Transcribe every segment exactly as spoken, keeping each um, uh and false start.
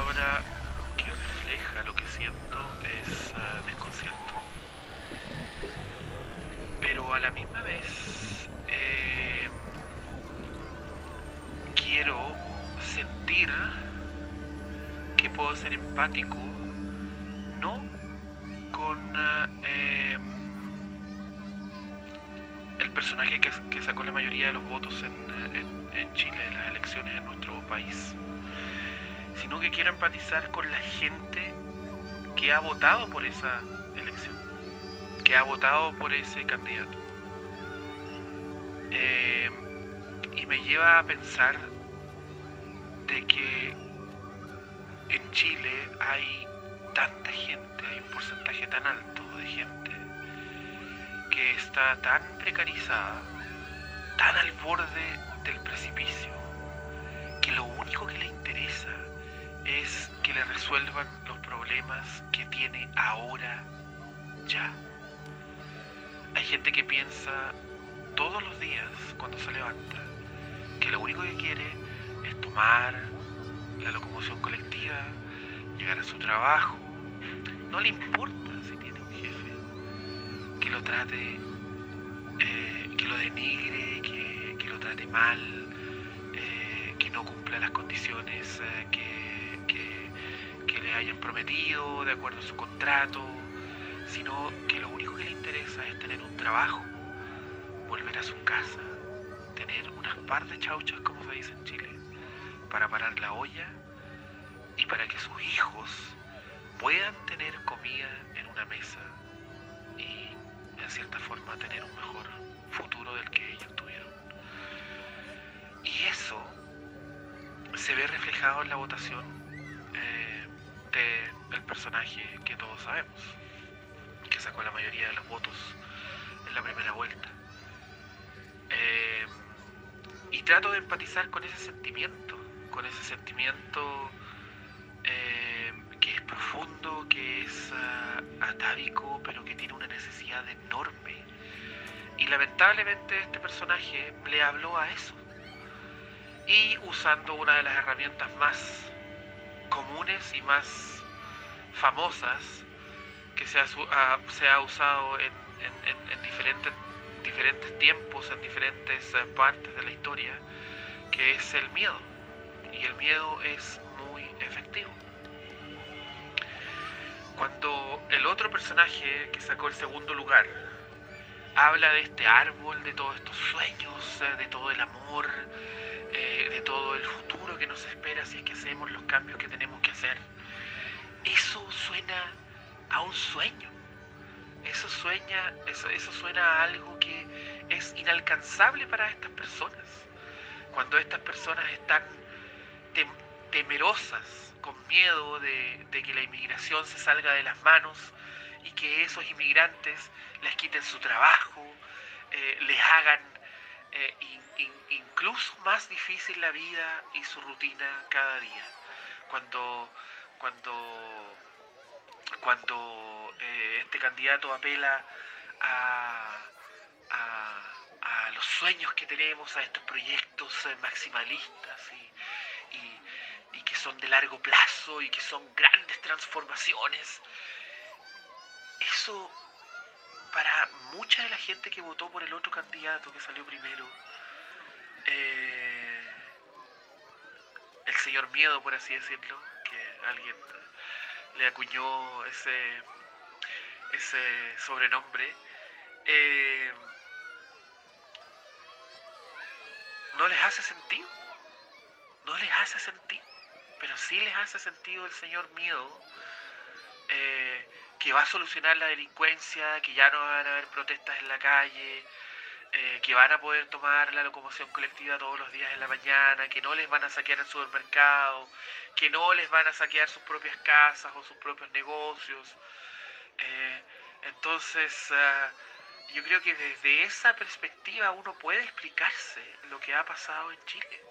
palabra que refleja lo que siento es uh, desconcierto. Pero a la misma vez eh, quiero sentir que puedo ser empático, no con uh, eh, el personaje que, que sacó la mayoría de los votos en, en, en Chile, en las elecciones en nuestro país, sino que quiero empatizar con la gente que ha votado por esa elección, que ha votado por ese candidato. Eh, y me lleva a pensar de que en Chile hay tanta gente, hay un porcentaje tan alto de gente que está tan precarizada, tan al borde del precipicio, que lo único que le interesa es que le resuelvan los problemas que tiene ahora ya. Hay gente que piensa todos los días cuando se levanta que lo único que quiere es tomar la locomoción colectiva, llegar a su trabajo. No le importa si tiene un jefe que lo trate, eh, que lo denigre, que, que lo trate mal, eh, que no cumpla las condiciones eh, que, que, que le hayan prometido de acuerdo a su contrato, sino que lo único que le interesa es tener un trabajo, volver a su casa, tener unas par de chauchas, como se dice en Chile, para parar la olla y para que sus hijos puedan tener comida en una mesa y, en cierta forma, tener un mejor futuro del que ellos tuvieron. Y eso se ve reflejado en la votación eh, del personaje que todos sabemos, que sacó la mayoría de los votos en la primera vuelta. Eh, y trato de empatizar con ese sentimiento, con ese sentimiento eh, que es profundo, que es uh, atávico, pero que tiene una necesidad enorme. Y lamentablemente este personaje le habló a eso. Y usando una de las herramientas más comunes y más famosas que se ha, uh, se ha usado en, en, en, en diferentes, diferentes tiempos, en diferentes uh, partes de la historia, que es el miedo. Y el miedo es muy efectivo. Cuando el otro personaje que sacó el segundo lugar habla de este árbol, de todos estos sueños, de todo el amor, eh, de todo el futuro que nos espera si es que hacemos los cambios que tenemos que hacer, eso suena a un sueño. Eso, sueña, eso, eso suena a algo que es inalcanzable para estas personas. Cuando estas personas están tem temerosas, con miedo de, de que la inmigración se salga de las manos y que esos inmigrantes les quiten su trabajo, eh, les hagan eh, in, in, incluso más difícil la vida y su rutina cada día. Cuando, cuando, cuando eh, este candidato apela a, a, a los sueños que tenemos, a estos proyectos eh, maximalistas y, y, y que son de largo plazo y que son grandes transformaciones, eso para mucha de la gente que votó por el otro candidato que salió primero, eh, el señor Miedo, por así decirlo, que alguien le acuñó ese, ese sobrenombre, eh, no les hace sentido, no les hace sentido, pero sí les hace sentido el señor Miedo, eh, que va a solucionar la delincuencia, que ya no van a haber protestas en la calle, eh, que van a poder tomar la locomoción colectiva todos los días en la mañana, que no les van a saquear el supermercado, que no les van a saquear sus propias casas o sus propios negocios. Eh, entonces, uh, yo creo que desde esa perspectiva uno puede explicarse lo que ha pasado en Chile.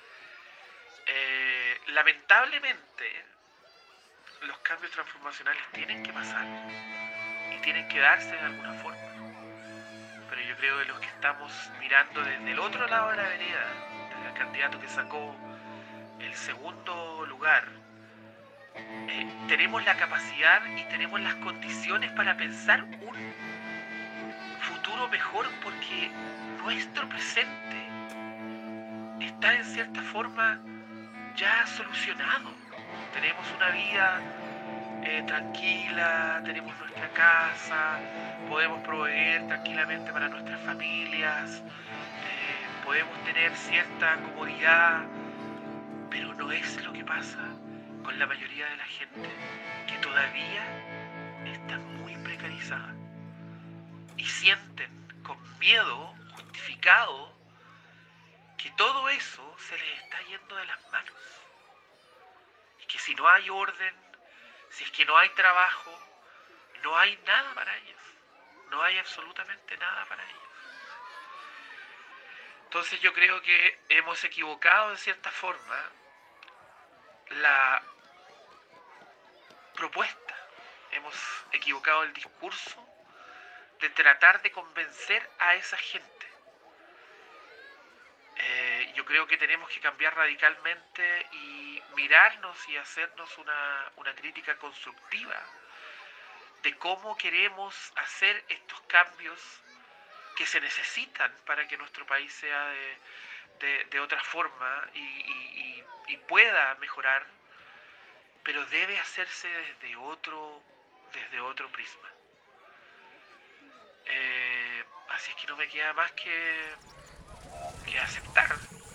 Eh, lamentablemente, los cambios transformacionales tienen que pasar y tienen que darse de alguna forma. Pero yo creo que los que estamos mirando desde el otro lado de la vereda, desde el candidato que sacó el segundo lugar, eh, tenemos la capacidad y tenemos las condiciones para pensar un futuro mejor, porque nuestro presente está en cierta forma ya solucionado. Tenemos una vida eh, tranquila, tenemos nuestra casa, podemos proveer tranquilamente para nuestras familias, eh, podemos tener cierta comodidad, pero no es lo que pasa con la mayoría de la gente, que todavía está muy precarizada y sienten con miedo justificado que todo eso se les está yendo de las manos, y que si no hay orden, si es que no hay trabajo, no hay nada para ellos, no hay absolutamente nada para ellos. Entonces yo creo que hemos equivocado en cierta forma la propuesta, hemos equivocado el discurso de tratar de convencer a esa gente. Eh, yo creo que tenemos que cambiar radicalmente y mirarnos y hacernos una, una crítica constructiva de cómo queremos hacer estos cambios que se necesitan para que nuestro país sea de, de, de otra forma y, y, y, y pueda mejorar, pero debe hacerse desde otro, desde otro prisma. Eh, así es que no me queda más que, que aceptar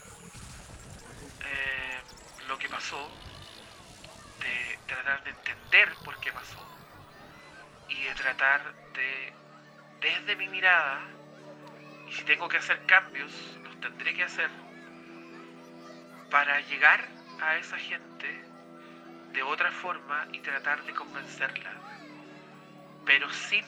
eh, lo que pasó, de tratar de entender por qué pasó y de tratar de, desde mi mirada, y si tengo que hacer cambios, los tendré que hacer para llegar a esa gente de otra forma y tratar de convencerla, pero sin,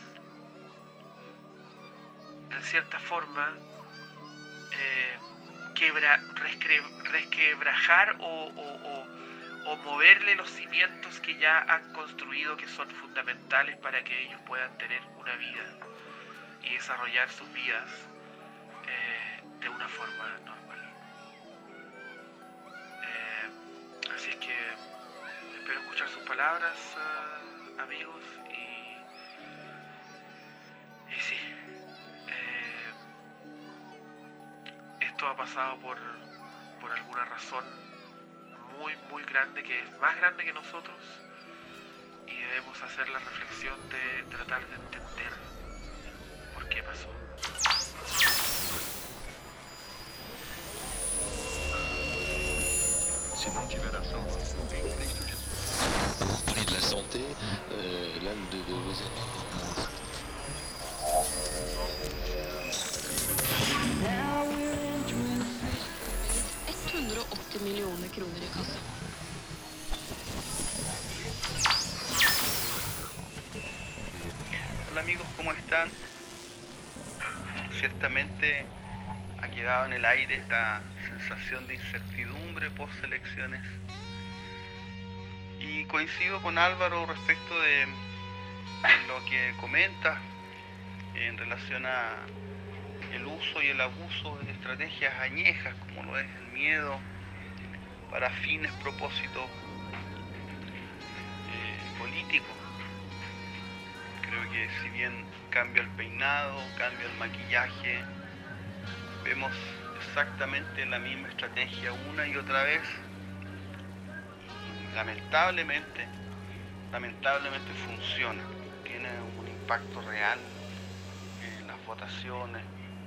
en cierta forma, eh, quebra, resque, resquebrajar o, o, o, o moverle los cimientos que ya han construido, que son fundamentales para que ellos puedan tener una vida y desarrollar sus vidas eh, de una forma normal. Eh, así es que espero escuchar sus palabras, uh, amigos, y, y sí, eh, esto ha pasado por, por alguna razón muy, muy grande, que es más grande que nosotros, y debemos hacer la reflexión de tratar de entender por qué pasó. Pour parler de la santé, euh, l'un de, de vos etthundraåttio miljoner kronor i kassa. Hola amigos, ¿cómo están? Ciertamente ha quedado en el aire esta sensación de incertidumbre post elecciones, y coincido con Álvaro respecto de lo que comenta en relación a el uso y el abuso de estrategias añejas como lo es el miedo para fines, propósitos eh, políticos. Creo que si bien cambia el peinado, cambia el maquillaje, vemos exactamente la misma estrategia una y otra vez. Y lamentablemente, lamentablemente funciona. Tiene un impacto real en las votaciones.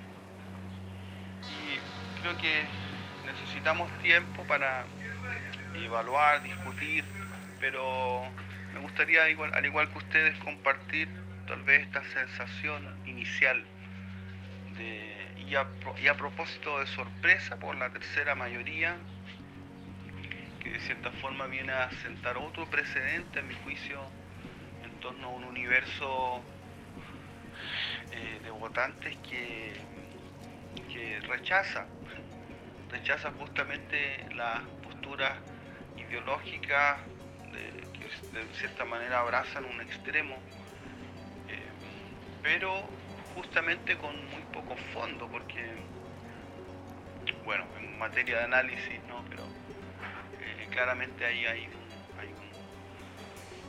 Y creo que necesitamos tiempo para evaluar, discutir, pero me gustaría, igual, al igual que ustedes, compartir tal vez esta sensación inicial de, y, a, y a propósito de sorpresa por la tercera mayoría, que de cierta forma viene a sentar otro precedente, a mi juicio, en torno a un universo eh, de votantes que, que rechaza, rechaza justamente las posturas ideológicas de, que de cierta manera abrazan un extremo, eh, pero justamente con muy poco fondo, porque, bueno, en materia de análisis, ¿no? Pero eh, claramente ahí hay, un, hay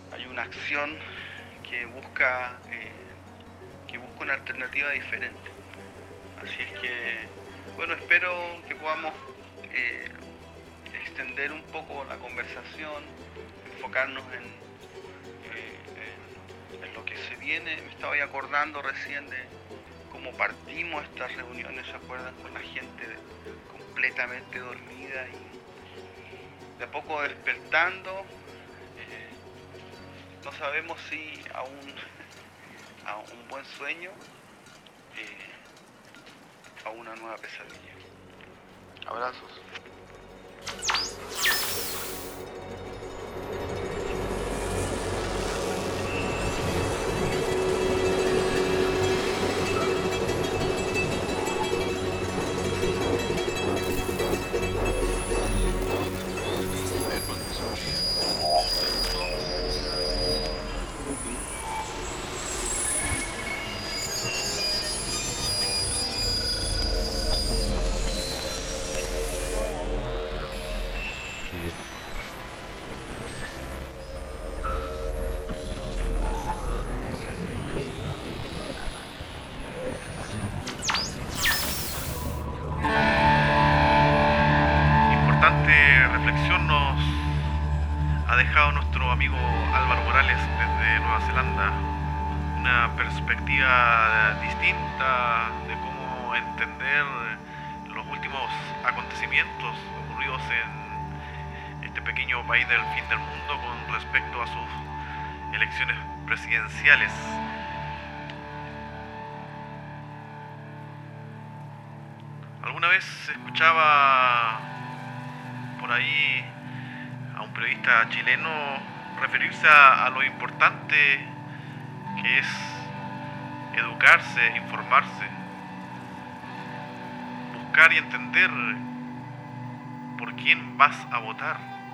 hay una acción que busca, eh, que busca una alternativa diferente. Así es que, bueno, espero que podamos eh, extender un poco la conversación, enfocarnos en, eh, en, en lo que se viene. Me estaba ahí acordando recién de cómo partimos estas reuniones, ¿se acuerdan? Con la gente completamente dormida y de a poco despertando. Eh, no sabemos si a un, a un buen sueño, eh, a una nueva pesadilla. Abrazos. Importante reflexión nos ha dejado nuestro amigo Álvaro Morales desde Nueva Zelanda. Una perspectiva distinta de cómo entender los últimos acontecimientos ocurridos en este pequeño país del fin del mundo con respecto a sus elecciones presidenciales. Alguna vez escuchaba por ahí a un periodista chileno referirse a, a lo importante que es educarse, informarse, buscar y entender por quién vas a votar,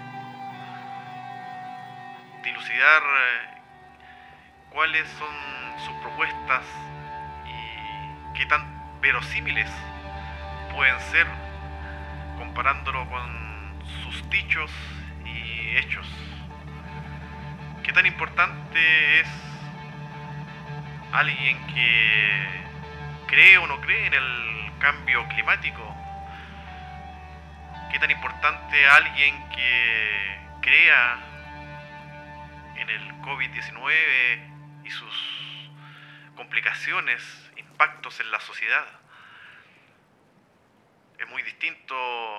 dilucidar cuáles son sus propuestas y qué tan verosímiles pueden ser comparándolo con sus dichos y hechos. ¿Qué tan importante es alguien que cree o no cree en el cambio climático? ¿Qué tan importante alguien que crea en el covid diecinueve y sus complicaciones, impactos en la sociedad? Es muy distinto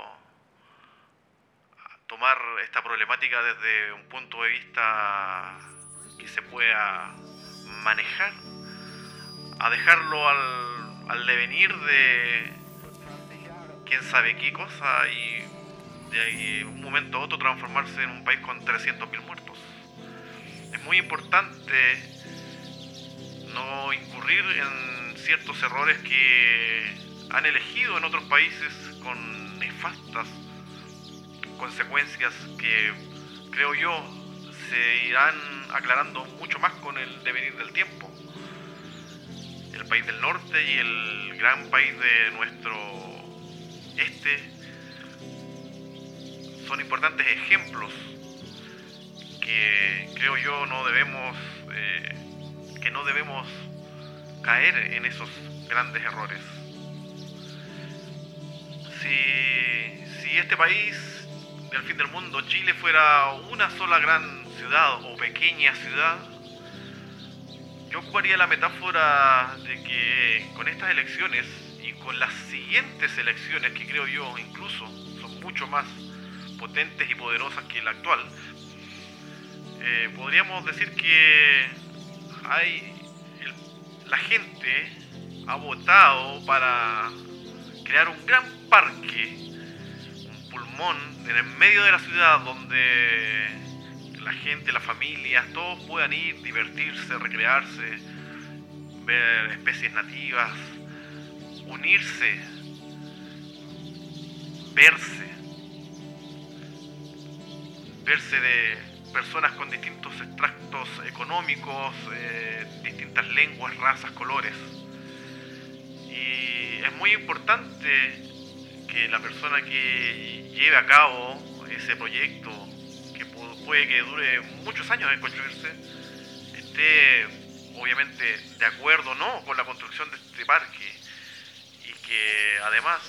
tomar esta problemática desde un punto de vista que se pueda manejar, a dejarlo al, al devenir de quién sabe qué cosa y de ahí, un momento a otro transformarse en un país con trescientos mil muertos. Es muy importante no incurrir en ciertos errores que han elegido en otros países con nefastas consecuencias que, creo yo, se irán aclarando mucho más con el devenir del tiempo. El país del norte y el gran país de nuestro este son importantes ejemplos que, creo yo, no debemos eh, que no debemos caer en esos grandes errores. Si, si este país del fin del mundo, Chile, fuera una sola gran ciudad o pequeña ciudad, yo ocuparía la metáfora de que con estas elecciones y con las siguientes elecciones, que creo yo incluso son mucho más potentes y poderosas que la actual, eh, podríamos decir que hay el, la gente ha votado para crear un gran parque, un pulmón en el medio de la ciudad donde la gente, las familias, todos puedan ir, divertirse, recrearse, ver especies nativas, unirse, verse, verse de personas con distintos extractos económicos, eh, distintas lenguas, razas, colores. Y es muy importante que la persona que lleve a cabo ese proyecto, que puede que dure muchos años en construirse, esté obviamente de acuerdo o no con la construcción de este parque, y que además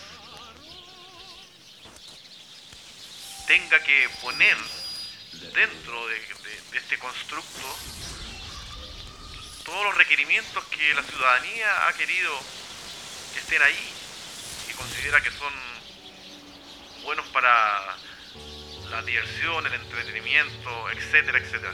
tenga que poner dentro de, de, de este constructo todos los requerimientos que la ciudadanía ha querido que estén ahí, que considera que son buenos para la diversión, el entretenimiento, etcétera, etcétera.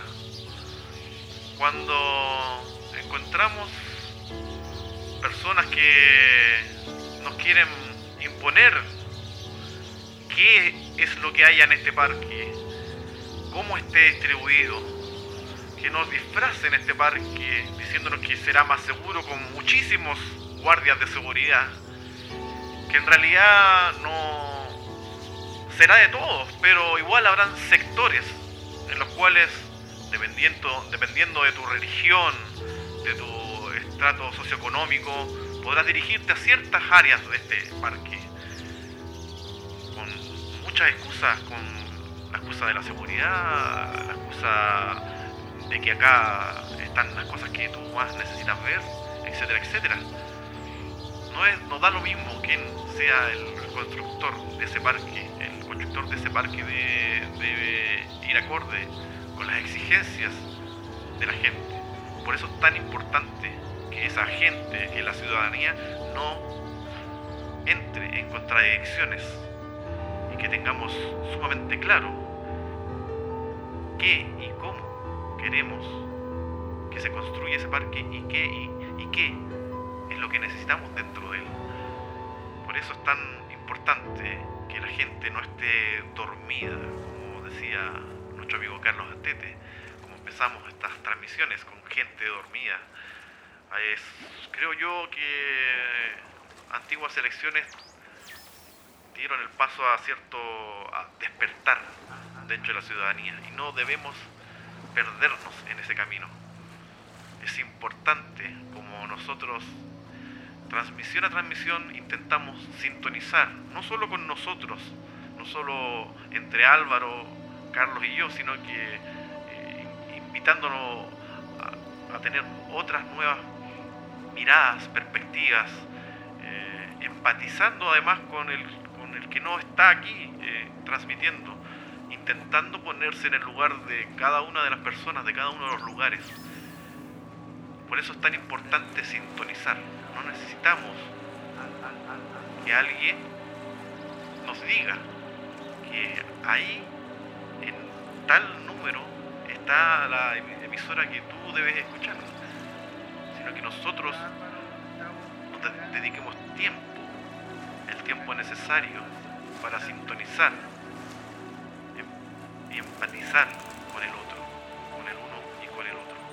Cuando encontramos personas que nos quieren imponer qué es lo que haya en este parque, cómo esté distribuido, que nos disfracen este parque diciéndonos que será más seguro con muchísimos guardias de seguridad, que en realidad no será de todos, pero igual habrán sectores en los cuales, dependiendo, dependiendo de tu religión, de tu estrato socioeconómico, podrás dirigirte a ciertas áreas de este parque, con muchas excusas, con la excusa de la seguridad, la excusa de que acá están las cosas que tú más necesitas ver, etcétera, etcétera. No es, no da lo mismo quién sea el constructor de ese parque. El constructor de ese parque debe, debe ir acorde con las exigencias de la gente. Por eso es tan importante que esa gente, que la ciudadanía no entre en contradicciones y que tengamos sumamente claro qué y cómo queremos que se construya ese parque y qué, y, y qué es lo que necesitamos dentro de él. Por eso es tan importante que la gente no esté dormida, como decía nuestro amigo Carlos Astete, como empezamos estas transmisiones con gente dormida. Es, creo yo que antiguas elecciones dieron el paso a cierto a despertar dentro de la ciudadanía y no debemos perdernos en ese camino. Es importante, como nosotros transmisión a transmisión intentamos sintonizar, no solo con nosotros, no solo entre Álvaro, Carlos y yo, sino que eh, invitándonos a, a tener otras nuevas miradas, perspectivas, eh, empatizando además con el, con el que no está aquí eh, transmitiendo, intentando ponerse en el lugar de cada una de las personas, de cada uno de los lugares. Por eso es tan importante sintonizar. No necesitamos que alguien nos diga que ahí, en tal número, está la emisora que tú debes escuchar, sino que nosotros nos dediquemos tiempo, el tiempo necesario para sintonizar y empatizar con el otro, con el uno y con el otro.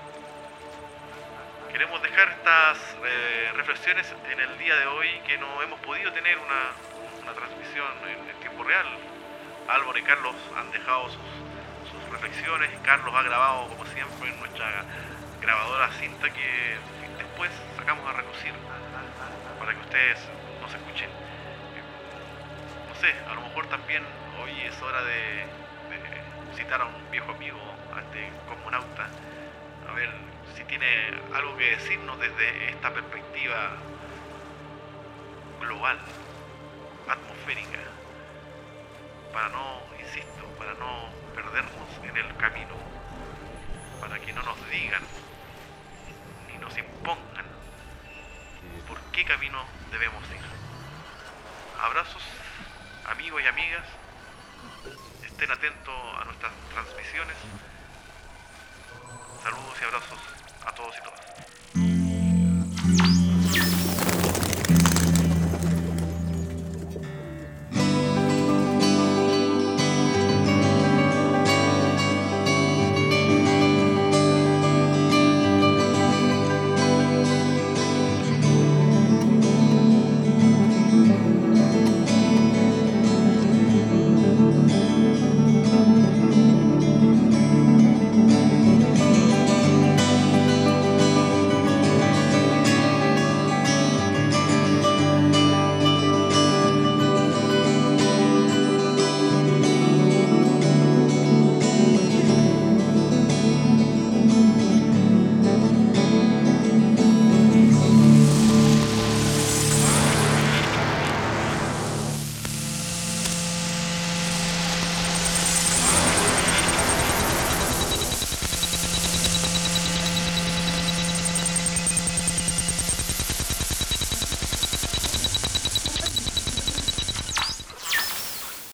Queremos dejar estas eh, reflexiones en el día de hoy, que no hemos podido tener una, una transmisión en, en tiempo real. Álvaro y Carlos han dejado sus, sus reflexiones. Carlos ha grabado, como siempre, en nuestra grabadora cinta que después sacamos a relucir para que ustedes nos escuchen. No sé, a lo mejor también hoy es hora de, de citar a un viejo amigo, a este cosmonauta, a ver si tiene algo que decirnos desde esta perspectiva global, atmosférica, para no, insisto, para no perdernos en el camino, para que no nos digan ni nos impongan por qué camino debemos ir. Abrazos, amigos y amigas, estén atentos a nuestras transmisiones. Saludos y abrazos a todos y todas.